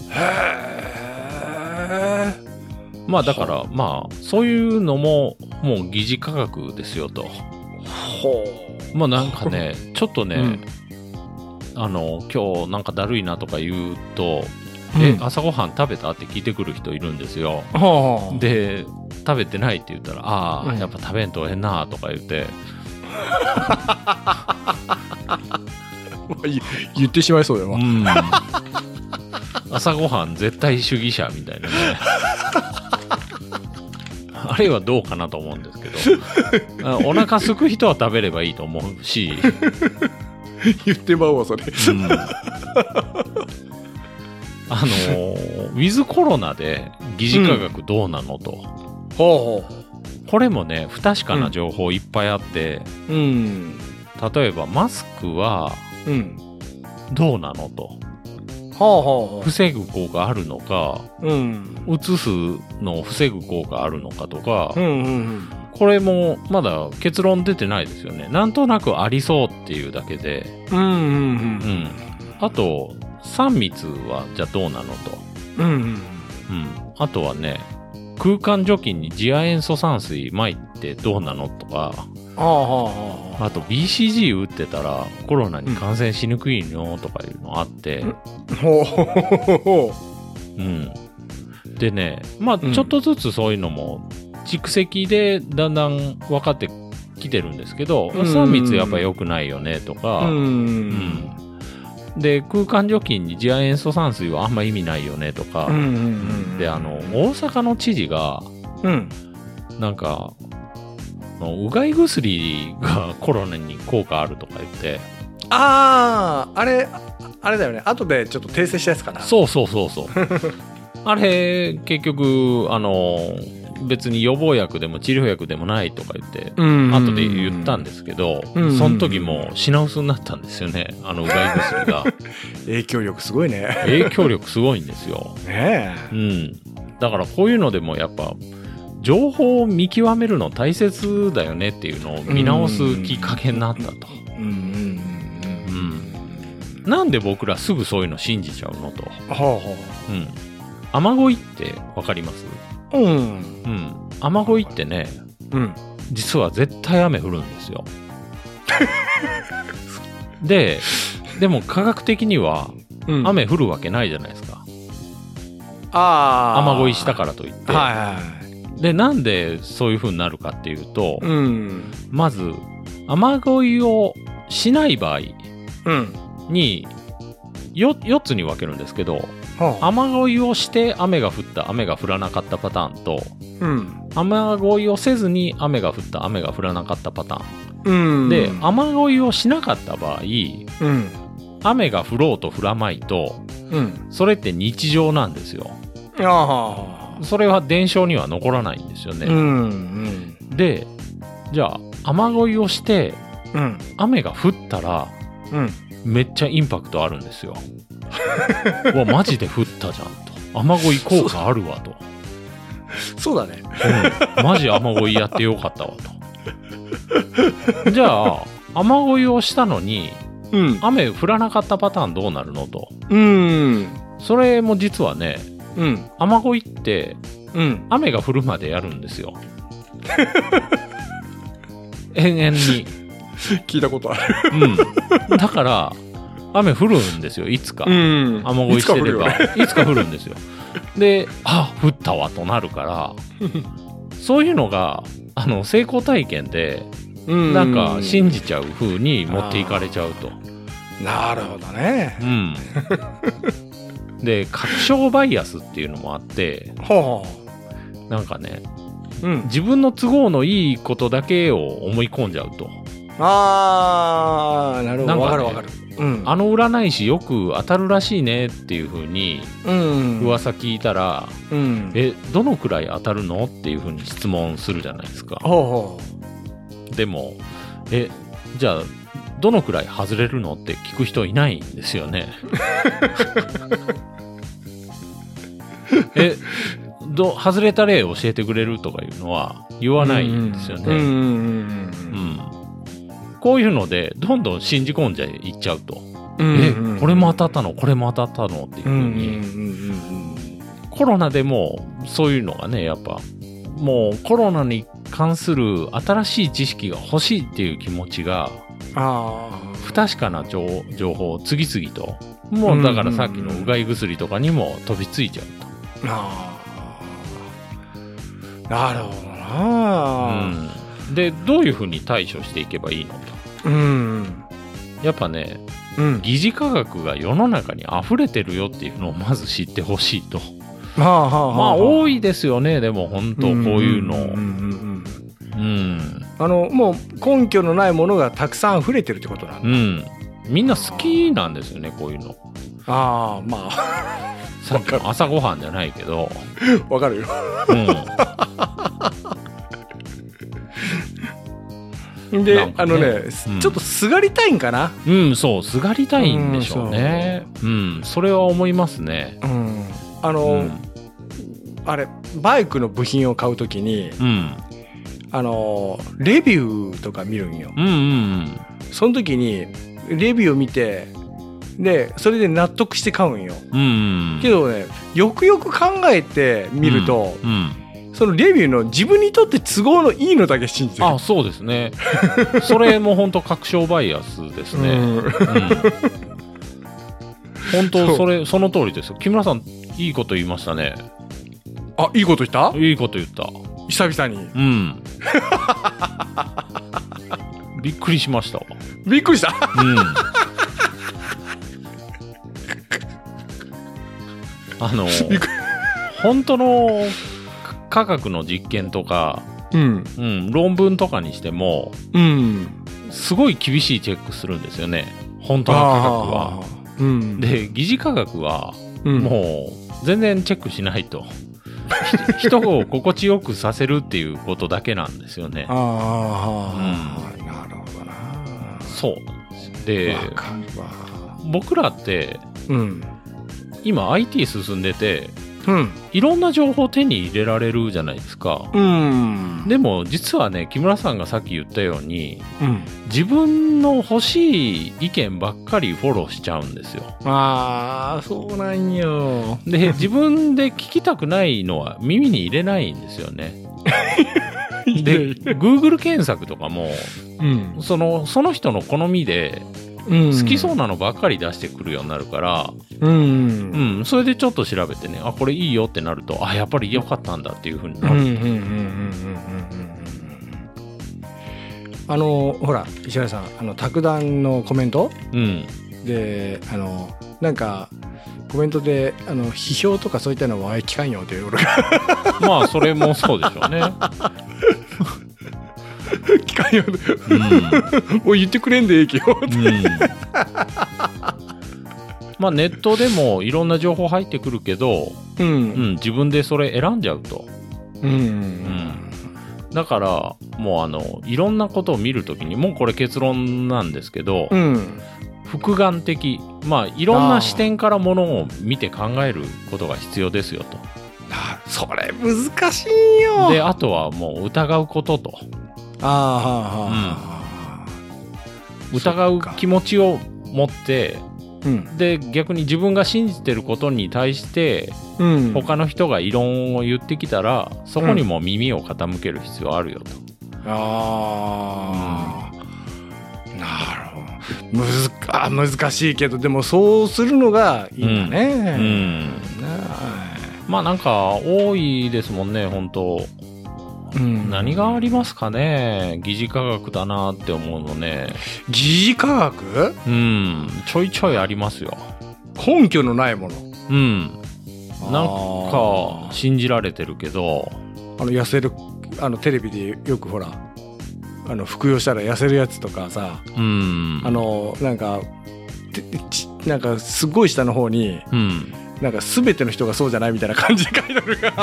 まあだからまあそういうのももう疑似科学ですよと。まあなんかねちょっとね、今日なんかだるいなとか言うと朝ごはん食べたって聞いてくる人いるんですよ。で、食べてないって言ったら、やっぱ食べんとええなとか言って。 言ってしまいそうだよな。 朝ごはん絶対主義者みたいなね。あれはどうかなと思うんですけど、お腹すく人は食べればいいと思うし。 言ってまうわそれ。 ウィズコロナで疑似科学どうなのと、これもね不確かな情報いっぱいあって、例えばマスクはどうなのと、防ぐ効果あるのか、うつすのを防ぐ効果あるのかとか、これもまだ結論出てないですよね。なんとなくありそうっていうだけで、あと3密はじゃあどうなのと、あとはね空間除菌に次亜塩素酸水撒いてどうなのとか、あと BCG 打ってたらコロナに感染しにくいのとかいうのあって、でね、まあちょっとずつそういうのも蓄積でだんだん分かってきてるんですけど、3密やっぱ良くないよねとか、で空間除菌に次亜塩素酸水はあんま意味ないよねとか、で大阪の知事が、なんかうがい薬がコロナに効果あるとか言って、 あれだよね。後でちょっと訂正したやつかな。 そうあれ結局別に予防薬でも治療薬でもないとか言って後で言ったんですけど、その時も品薄になったんですよね、うがい薬が。 影響力すごいね。 影響力すごいんですよ。 ねえ。だからこういうのでもやっぱ情報を見極めるの大切だよねっていうのを見直すきっかけになったと。なんで僕らすぐそういうの信じちゃうのと。雨乞いってわかります？雨乞いってね、実は絶対雨降るんですよ。でも科学的には雨降るわけないじゃないですか。雨乞いしたからといって。でなんでそういう風になるかっていうと、まず雨乞いをしない場合に 4つに分けるんですけど、雨乞いをして雨が降った雨が降らなかったパターンと、雨乞いをせずに雨が降った雨が降らなかったパターン、で雨乞いをしなかった場合、雨が降ろうと降らないと、それって日常なんですよ。それは伝承には残らないんですよね。でじゃあ雨乞いをして、雨が降ったら、めっちゃインパクトあるんですよ。わマジで降ったじゃんと、雨乞い効果あるわと。 そうだね、 マジ雨乞いやってよかったわと。じゃあ雨乞いをしたのに、雨降らなかったパターンどうなるのと。それも実はね、雨乞いって、雨が降るまでやるんですよ。延々に。 聞いたことある。 だから雨降るんですよ、いつか。雨乞いしてればいつか降るんですよ。で降ったわとなるから、そういうのが成功体験でなんか信じちゃう風に持っていかれちゃうと。 なるほどね。 で確証バイアスっていうのもあって、なんかね、自分の都合のいいことだけを思い込んじゃうと。 なるほど、わかるわかる。 占い師よく当たるらしいねっていう風に噂聞いたら、どのくらい当たるのっていう風に質問するじゃないですか。でもじゃあどのくらい外れるのって聞く人いないんですよね。外れた例教えてくれるとかいうのは言わないんですよね。こういうのでどんどん信じ込んじゃいっちゃうと、これも当たったのこれも当たったのっていう風に、コロナでもそういうのがね、やっぱもうコロナに関する新しい知識が欲しいっていう気持ちが、不確かな情報を次々ともうだからさっきのうがい薬とかにも飛びついちゃうと。 なるほどな、 でどういうふうに対処していけばいいのと、やっぱね、疑似科学が世の中に溢れてるよっていうのをまず知ってほしいと。まあ多いですよね。でも本当こういうの、 もう根拠のないものがたくさん溢れてるってことなんだ。 みんな好きなんですよね、こういうの。まあさっきの朝ごはんじゃないけどわかるよ。で、ちょっとすがりたいんかな。 そう、すがりたいんでしょうね。それは思いますね。 あれバイクの部品を買うときに、レビューとか見るんよ。その時にレビューを見て、でそれで納得して買うんよ。けどね、よくよく考えてみると、そのレビューの自分にとって都合のいいのだけ信じてる。 そうですね。それも本当確証バイアスですね。本当その通りですよ。木村さんいいこと言いましたね。 いいこと言った？ いいこと言った。 久々に。 びっくりしましたわ。 びっくりした。 本当の科学の実験とか、論文とかにしても、すごい厳しいチェックするんですよね、本当の科学は。で疑似科学は、もう全然チェックしないと。人を心地よくさせるっていうことだけなんですよね。なるほどな。 そうで、僕らって、今 IT 進んでて、いろんな情報を手に入れられるじゃないですか。でも実はね、木村さんがさっき言ったように、自分の欲しい意見ばっかりフォローしちゃうんですよ。 そうなんよ。 で自分で聞きたくないのは耳に入れないんですよね。で Google 検索とかも、その人の好みで好きそうなのばっかり出してくるようになるから、それでちょっと調べてね、これいいよってなると、やっぱり良かったんだっていう風になる。 ほら石原さん、卓談のコメント、でなんかコメントで批評とかそういったのは聞かんよっていう俺がまあそれもそうでしょうね。 聞かんよ、もう言ってくれんでいいけよって、 まあネットでもいろんな情報入ってくるけど、自分でそれ選んじゃうと。だからもういろんなことを見るときに、もうこれ結論なんですけど、複眼的、いろんな視点からものを見て考えることが必要ですよと。 それ難しいよ。 であとはもう疑うことと。疑う気持ちを持って、で逆に自分が信じてることに対して、他の人が異論を言ってきたら、そこにも耳を傾ける必要あるよと。 なるほど。難しいけど、でもそうするのがいいんだね。 なんか多いですもんね、本当。何がありますかね。疑似科学だなって思うのね。 疑似科学？ ちょいちょいありますよ。 根拠のないもの。 なんか信じられてるけど、 痩せるテレビでよくほら服用したら痩せるやつとかさ、なんかすごい下の方に、なんか全ての人がそうじゃないみたいな感じで書いてあるから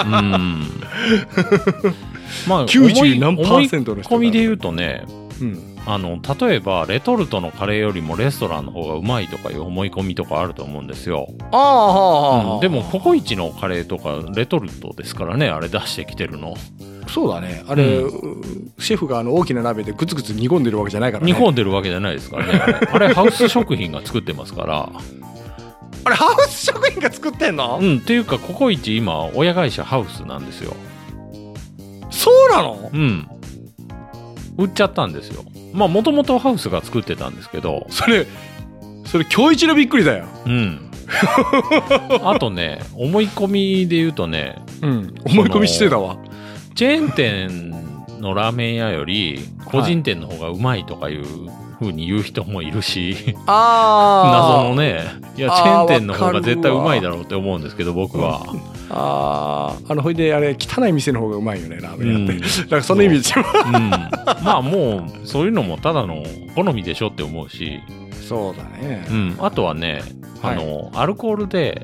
、90何%の人が、 思い込みで言うとね、例えばレトルトのカレーよりもレストランの方がうまいとかいう思い込みとかあると思うんですよ。でもココイチのカレーとかレトルトですからね、あれ出してきてるの。 そうだね、あれ、シェフが大きな鍋でグツグツ煮込んでるわけじゃないからね。 煮込んでるわけじゃないですからね。あれハウス食品が作ってますから。 あれハウス食品が作ってんの？ っていうかココイチ今親会社ハウスなんですよ。 そうなの？ 売っちゃったんですよ。もともとハウスが作ってたんですけど。 それそれ今日一のびっくりだよ。 あとね、思い込みで言うとね、 思い込みしてたわ。 チェーン店のラーメン屋より個人店の方がうまいとかいう風に言う人もいるし、謎のね、いやチェーン店の方が絶対うまいだろうって思うんですけど、僕は。 ほいであれ汚い店の方がうまいよね、ラーメン屋って。だからその意味でしょ。 まあもうそういうのもただの好みでしょって思うし。 そうだね。 あとはね、アルコールで、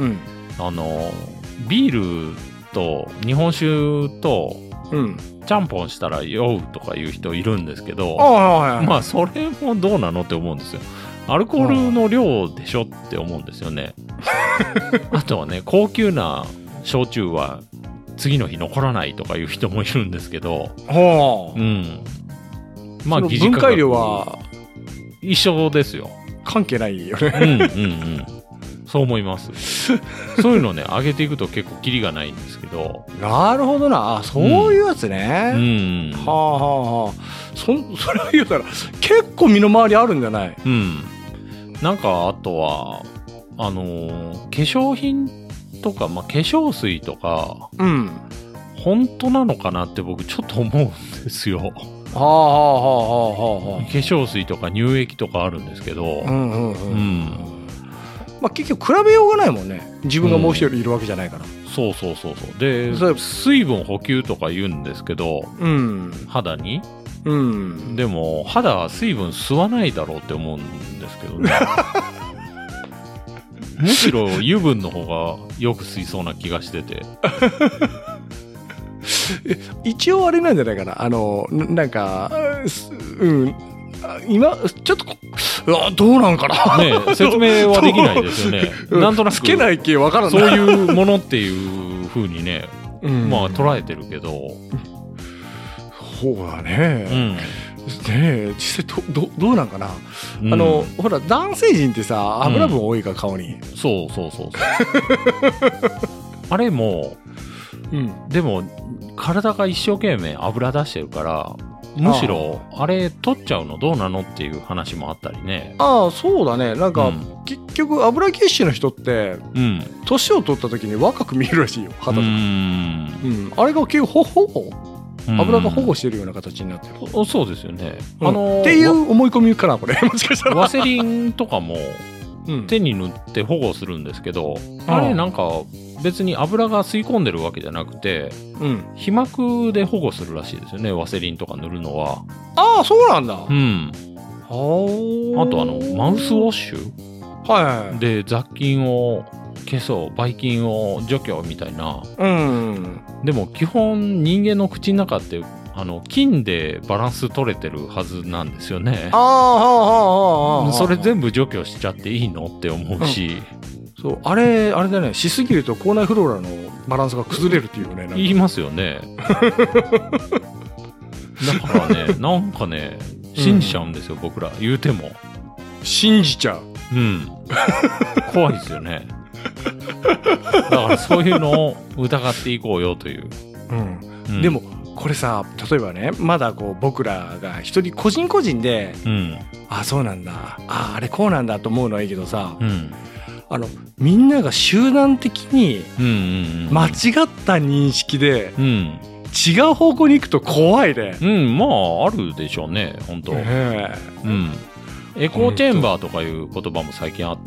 ビールと日本酒と、ちゃんぽんしたら酔うとかいう人いるんですけど、まあそれもどうなのって思うんですよ。アルコールの量でしょって思うんですよね。あとはね、高級な焼酎は次の日残らないとかいう人もいるんですけど、まあ分解量は一緒ですよ。 関係ないよね。 そう思います。そういうのね、上げていくと結構キリがないんですけど。 なるほどな。そういうやつね。それを言うたら結構身の回りあるんじゃない？ なんかあとは化粧品とか、化粧水とか、本当なのかなって僕ちょっと思うんですよ。化粧水とか乳液とかあるんですけど、 結局比べようがないもんね。自分がもう一人いるわけじゃないから。 そうで、水分補給とか言うんですけど、肌に、でも肌は水分吸わないだろうって思うんですけどね。むしろ油分の方がよく吸いそうな気がしてて。 一応あれなんじゃないかな。なんか今ちょっとどうなんかな。 ね、説明はできないですよね。なんとなくつけないけわからない。 そういうものっていう風にね、捉えてるけど。 そうだね。実際どうなんかな。ほら男性陣ってさ、油分多いから顔に。 そう。あれも、でも体が一生懸命油出してるから。むしろあれ取っちゃうのどうなのっていう話もあったりね。 そうだね。なんか、結局油ぎっしゅの人って年を取った時に若く見えるらしいよ、肌とか。あれが結構油が保護してるような形になってる。 そうですよね。 っていう思い込みかな、これ。もしかしたらワセリンとかも手に塗って保護するんですけど、あれなんか別に油が吸い込んでるわけじゃなくて、皮膜で保護するらしいですよね、ワセリンとか塗るのは。 そうなんだ。あとマウスウォッシュ、で雑菌を消そう、ばい菌を除去みたいな。でも基本人間の口の中って菌でバランス取れてるはずなんですよね。それ全部除去しちゃっていいのって思うし。 そう、あれだね、しすぎると口内フローラのバランスが崩れるっていうね。 言いますよね。だからね、なんかね、信じちゃうんですよ、僕ら。言うても。 信じちゃう。 怖いですよね。だからそういうのを疑っていこうよという。 でもこれさ、例えばね、まだこう僕らが一人個人個人で、そうなんだ、あれこうなんだと思うのはいいけどさ、みんなが集団的に間違った認識で違う方向に行くと怖いね。 まああるでしょうね、本当。エコーチェンバーとかいう言葉も最近あって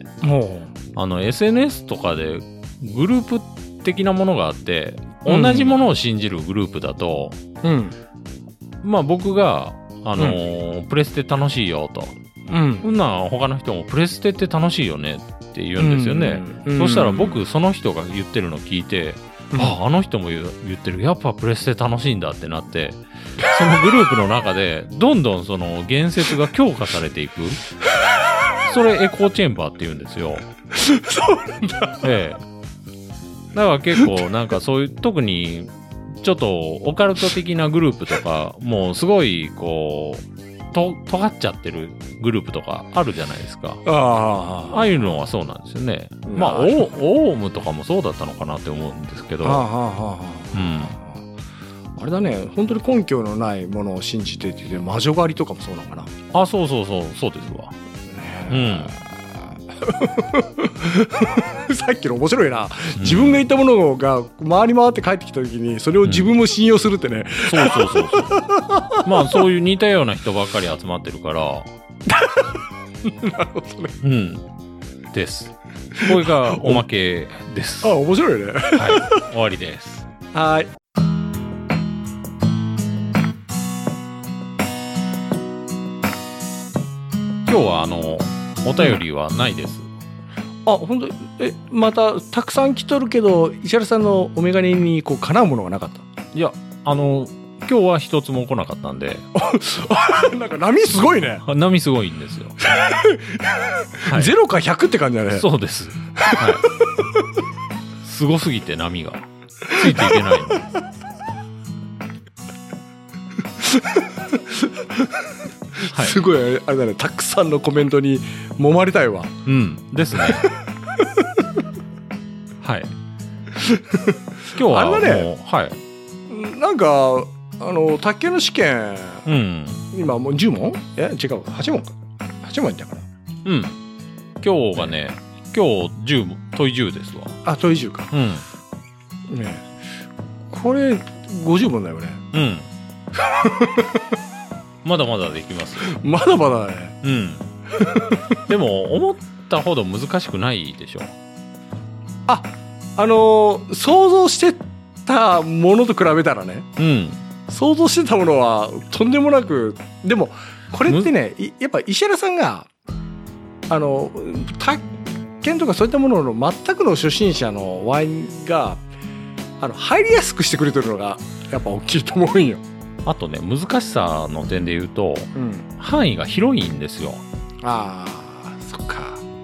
、SNS とかでグループ的なものがあって、同じものを信じるグループだと、まあ僕がプレステ楽しいよと、他の人もプレステって楽しいよねって言うんですよね。そしたら僕その人が言ってるの聞いて、あの人も言ってる、やっぱプレステ楽しいんだってなって、そのグループの中でどんどんその言説が強化されていく。それエコーチェンバーって言うんですよ。 そうなんだ。 だから結構なんかそういう、特にちょっとオカルト的なグループとか、もうすごいこう尖っちゃってるグループとかあるじゃないですか。ああいうのはそうなんですよね。まあオウムとかもそうだったのかなって思うんですけど。あれだね、本当に根拠のないものを信じてて、魔女狩りとかもそうなのかな。 そうですわ。 さっきの面白いな、自分が言ったものが回り回って帰ってきた時にそれを自分も信用するってね、 そうまあそういう似たような人ばっかり集まってるからなるほどね。 です。これがおまけです。 面白いね。はい、 終わりです。 はい。 今日はお便りはないです。 本当？またたくさん来とるけど石原さんのお眼鏡にこうかなうものがなかった？ いや今日は一つも来なかったんでなんか波すごいね。 波すごいんですよ。 はい、0か100って感じだね。 そうです。はい、すごすぎて波がついていけない。 はい、すごいあれだね、たくさんのコメントに揉まれたいわ。 ですね。はい。今日はもう、ね、はい。 なんか卓球の試験、今もう10問？違う8問か。8問いったかな。 今日がね、今日10問10ですわ。 問10か。ね、これ50問だよね。 まだまだできますよ。 まだまだね。 でも思ったほど難しくないでしょ。 想像してたものと比べたらね。想像してたものはとんでもなく、でもこれってね、やっぱ石原さんが卓研とかそういったものの全くの初心者のワインが入りやすくしてくれてるのがやっぱ大きいと思うんよ。 あとね、難しさの点で言うと、範囲が広いんですよ。 そっか。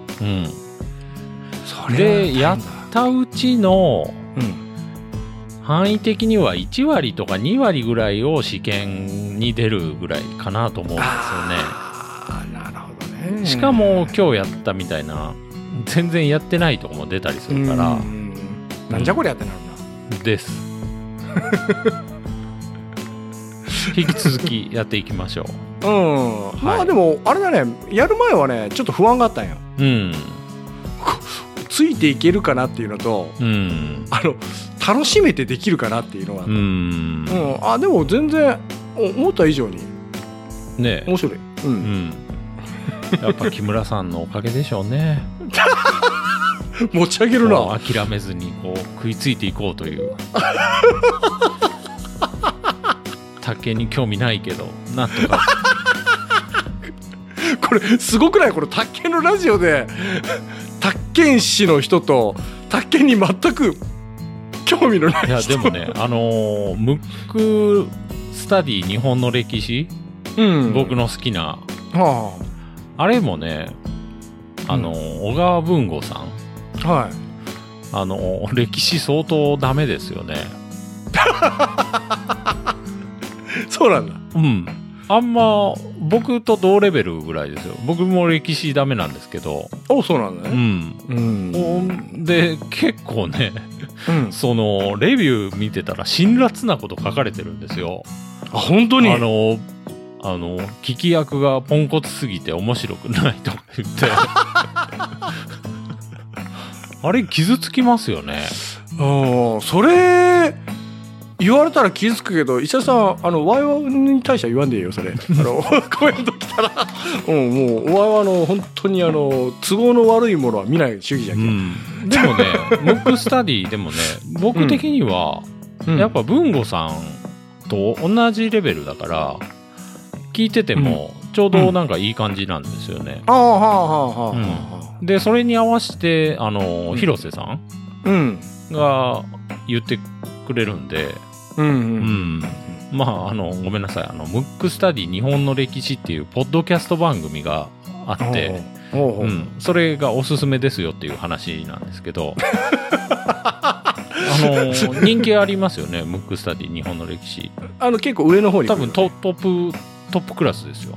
それでやったうちの、範囲的には1割とか2割ぐらいを試験に出るぐらいかなと思うんですよね。 なるほどね。 しかも今日やったみたいな全然やってないとこも出たりするから、 なんじゃこりゃってなるな。です。引き続きやっていきましょう。 まあでもあれだね、やる前はねちょっと不安があったんよ。ついていけるかなっていうのと、楽しめてできるかなっていうのがでも全然思った以上にね面白い。 やっぱ木村さんのおかげでしょうね。 持ち上げるな。 諦めずにこう食いついていこうという。竹に興味ないけどなんとか。 これすごくない？これ竹のラジオで宅建士の人と宅建に全く興味のない人。 いやでもね、ムックスタディ日本の歴史、僕の好きな、あれもね、小川文吾さん、歴史相当ダメですよね。 そうなんだ。 あんま僕と同レベルぐらいですよ。僕も歴史ダメなんですけど。 そうなんだね。 で結構ね、そのレビュー見てたら辛辣なこと書かれてるんですよ。 本当に？ 聞き役がポンコツすぎて面白くないとか言ってあれ傷つきますよね。 それ言われたら傷つくけど、石田さんワイワに対しては言わんでいいよそれ。コメント来たらもうワイワ本当に都合の悪いものは見ない主義じゃん。 でもねムックスタディでもね、僕的には、やっぱ文吾さんと同じレベルだから聞いててもちょうどなんかいい感じなんですよね。でそれに合わせて広瀬さんが言ってくれるんで、まあごめんなさい、ムックスタディ日本の歴史っていうポッドキャスト番組があって、それがおすすめですよっていう話なんですけど人気ありますよね、ムックスタディ日本の歴史。 結構上の方に多分トップクラスですよ。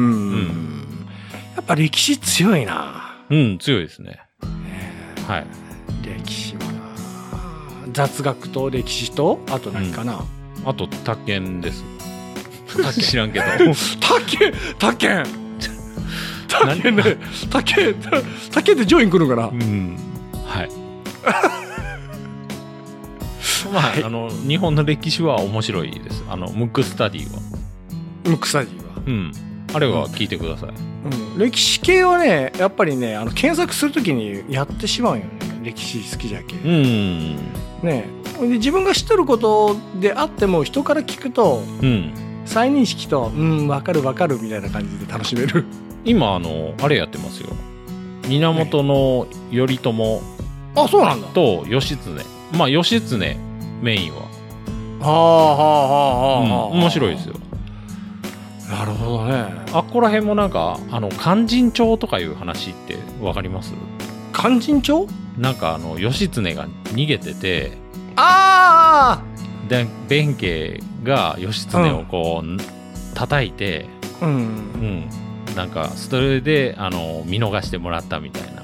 やっぱ歴史強いな。 強いですね。はい。 歴史はな、雑学と歴史とあと何かな、 あと宅建です。知らんけど。 宅建竹ね、竹でジョイン来るかな。 はい。まあ、はい、日本の歴史は面白いです。ムックスタディは。あれは聞いてください。 歴史系はね、やっぱりね、検索するときにやってしまうよね。歴史好きじゃけ。ね、で自分が知ってることであっても人から聞くと、再認識と分かるみたいな感じで楽しめる。 今あれやってますよ。源頼朝、 そうなんだ。 と義経。まあ義経メインは。面白いですよ。 なるほどね。 あっこら辺もなんか勧進帳とかいう話ってわかります？ 勧進帳？ なんか義経が逃げてて、で弁慶が義経をこう叩いて、なんかそれで見逃してもらったみたいな。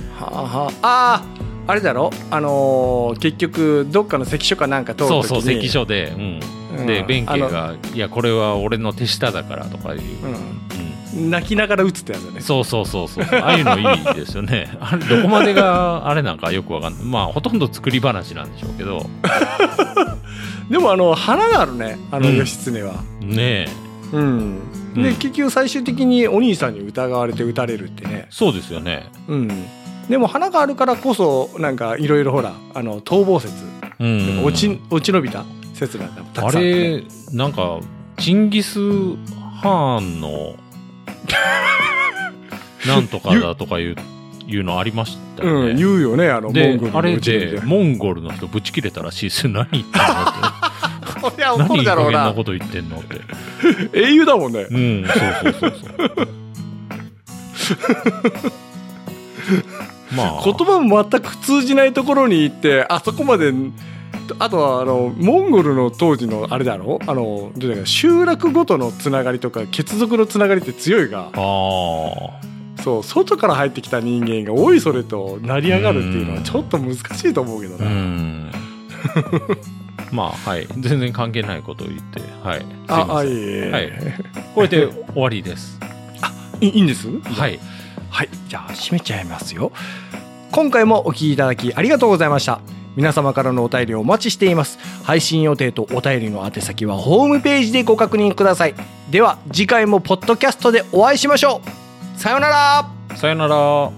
あれだろ、結局どっかの関所かなんか通る時に、 そう関所で、で弁慶がいやこれは俺の手下だからとかいう、 泣きながら撃つってやつだね。 そうああいうのいいですよね。あれどこまでがあれなんかよくわかんない。まあほとんど作り話なんでしょうけどでも花があるね、義経はねえ。で結局最終的にお兄さんに疑われて撃たれるってね。 そうですよね。 でも花があるからこそなんかいろいろほら逃亡説、落ち延びた説がたくさんあって、ね、あれなんかチンギス・ハーンのなんとかだとかいうのありましたよね。 言うよね、モンゴルのあれでモンゴルの人ぶち切れたらしいですよ。何言ってんのって。 いや怒るだろうな。 何いい加減なこと言ってんのって。 英雄だもんね。 そう。まあ、 言葉も全く通じないところに行ってあそこまで。あとはモンゴルの当時のあれだろ、集落ごとのつながりとか血族のつながりって強いが、そう外から入ってきた人間がおいそれと成り上がるっていうのはちょっと難しいと思うけどな。 まあはい、全然関係ないことを言って、はい、 はい、 これで終わりです。 いいんです。 はい、 じゃあ締めちゃいますよ。今回もお聞きいただきありがとうございました。皆様からのお便りをお待ちしています。配信予定とお便りの宛先はホームページでご確認ください。では次回もポッドキャストでお会いしましょう。さようなら。 さようなら。